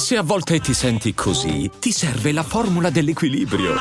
Se a volte ti senti così, ti serve la formula dell'equilibrio.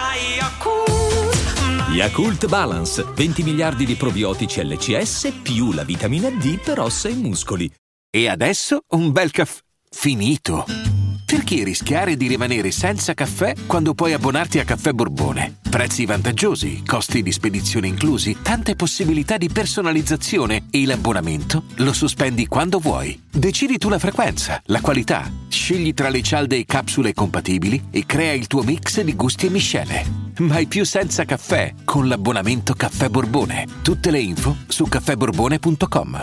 Yakult Balance, 20 miliardi di probiotici LCS più la vitamina D per ossa e muscoli. E adesso un bel caffè finito. Perché rischiare di rimanere senza caffè quando puoi abbonarti a Caffè Borbone? Prezzi vantaggiosi, costi di spedizione inclusi, tante possibilità di personalizzazione e l'abbonamento lo sospendi quando vuoi. Decidi tu la frequenza, la qualità, scegli tra le cialde e capsule compatibili e crea il tuo mix di gusti e miscele. Mai più senza caffè con l'abbonamento Caffè Borbone. Tutte le info su caffèborbone.com.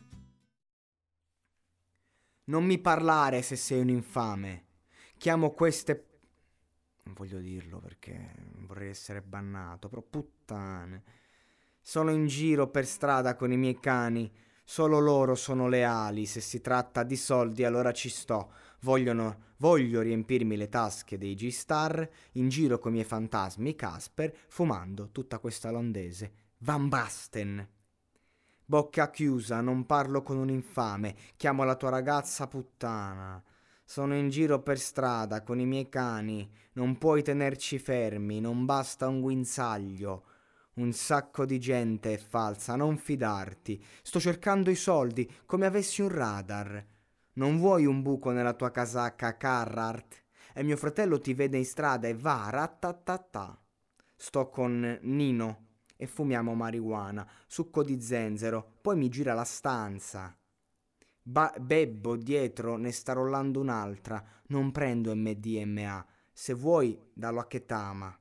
Non mi parlare se sei un infame. Chiamo queste... Non voglio dirlo perché vorrei essere bannato, però puttane. Sono in giro per strada con i miei cani. Solo loro sono leali. Se si tratta di soldi allora ci sto. Voglio riempirmi le tasche dei G-Star in giro coi miei fantasmi Casper, fumando tutta questa olandese. Van Basten. Bocca chiusa, non parlo con un infame, chiamo la tua ragazza puttana. Sono in giro per strada con i miei cani, non puoi tenerci fermi, non basta un guinzaglio. Un sacco di gente è falsa, non fidarti. Sto cercando i soldi come avessi un radar. Non vuoi un buco nella tua casacca Carhartt? E mio fratello ti vede in strada e va ratatata. Sto con Nino e fumiamo marijuana, succo di zenzero, poi mi gira la stanza. Bebbo dietro ne sta rollando un'altra, non prendo MDMA, se vuoi dallo a Ketama.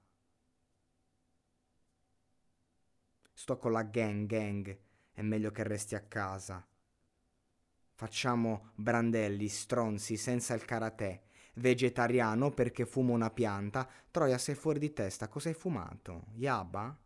Sto con la gang, è meglio che resti a casa. Facciamo brandelli, stronzi, senza il karate. Vegetariano perché fumo una pianta. Troia, sei fuori di testa, cosa hai fumato? Yaba?